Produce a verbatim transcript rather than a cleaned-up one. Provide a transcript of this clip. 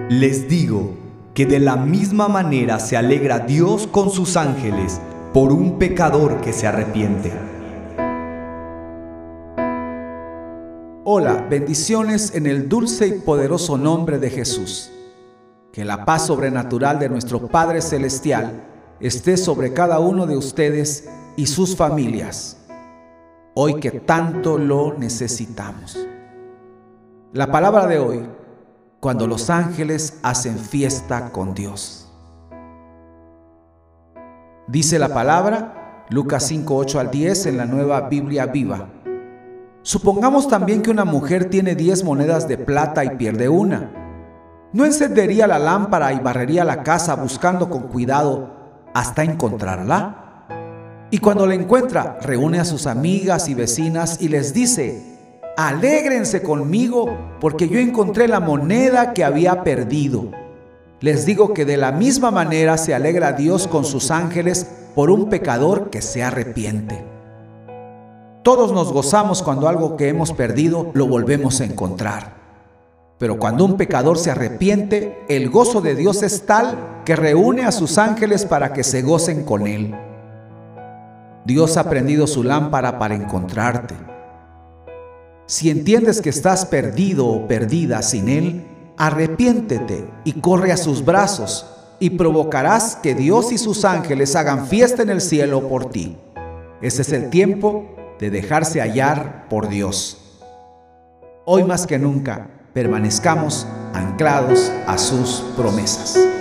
Les digo que de la misma manera se alegra Dios con sus ángeles por un pecador que se arrepiente. Hola, bendiciones en el dulce y poderoso nombre de Jesús. Que la paz sobrenatural de nuestro Padre Celestial esté sobre cada uno de ustedes y sus familias, hoy que tanto lo necesitamos. La palabra de hoy: cuando los ángeles hacen fiesta con Dios. Dice la palabra, Lucas cinco, ocho al diez en la Nueva Biblia Viva. Supongamos también que una mujer tiene diez monedas de plata y pierde una. ¿No encendería la lámpara y barrería la casa buscando con cuidado hasta encontrarla? Y cuando la encuentra, reúne a sus amigas y vecinas y les dice: «Alégrense conmigo, porque yo encontré la moneda que había perdido». Les digo que de la misma manera se alegra Dios con sus ángeles por un pecador que se arrepiente. Todos nos gozamos cuando algo que hemos perdido lo volvemos a encontrar. Pero cuando un pecador se arrepiente, el gozo de Dios es tal que reúne a sus ángeles para que se gocen con él. Dios ha prendido su lámpara para encontrarte. Si entiendes que estás perdido o perdida sin Él, arrepiéntete y corre a sus brazos, y provocarás que Dios y sus ángeles hagan fiesta en el cielo por ti. Ese es el tiempo de dejarse hallar por Dios. Hoy más que nunca, permanezcamos anclados a sus promesas.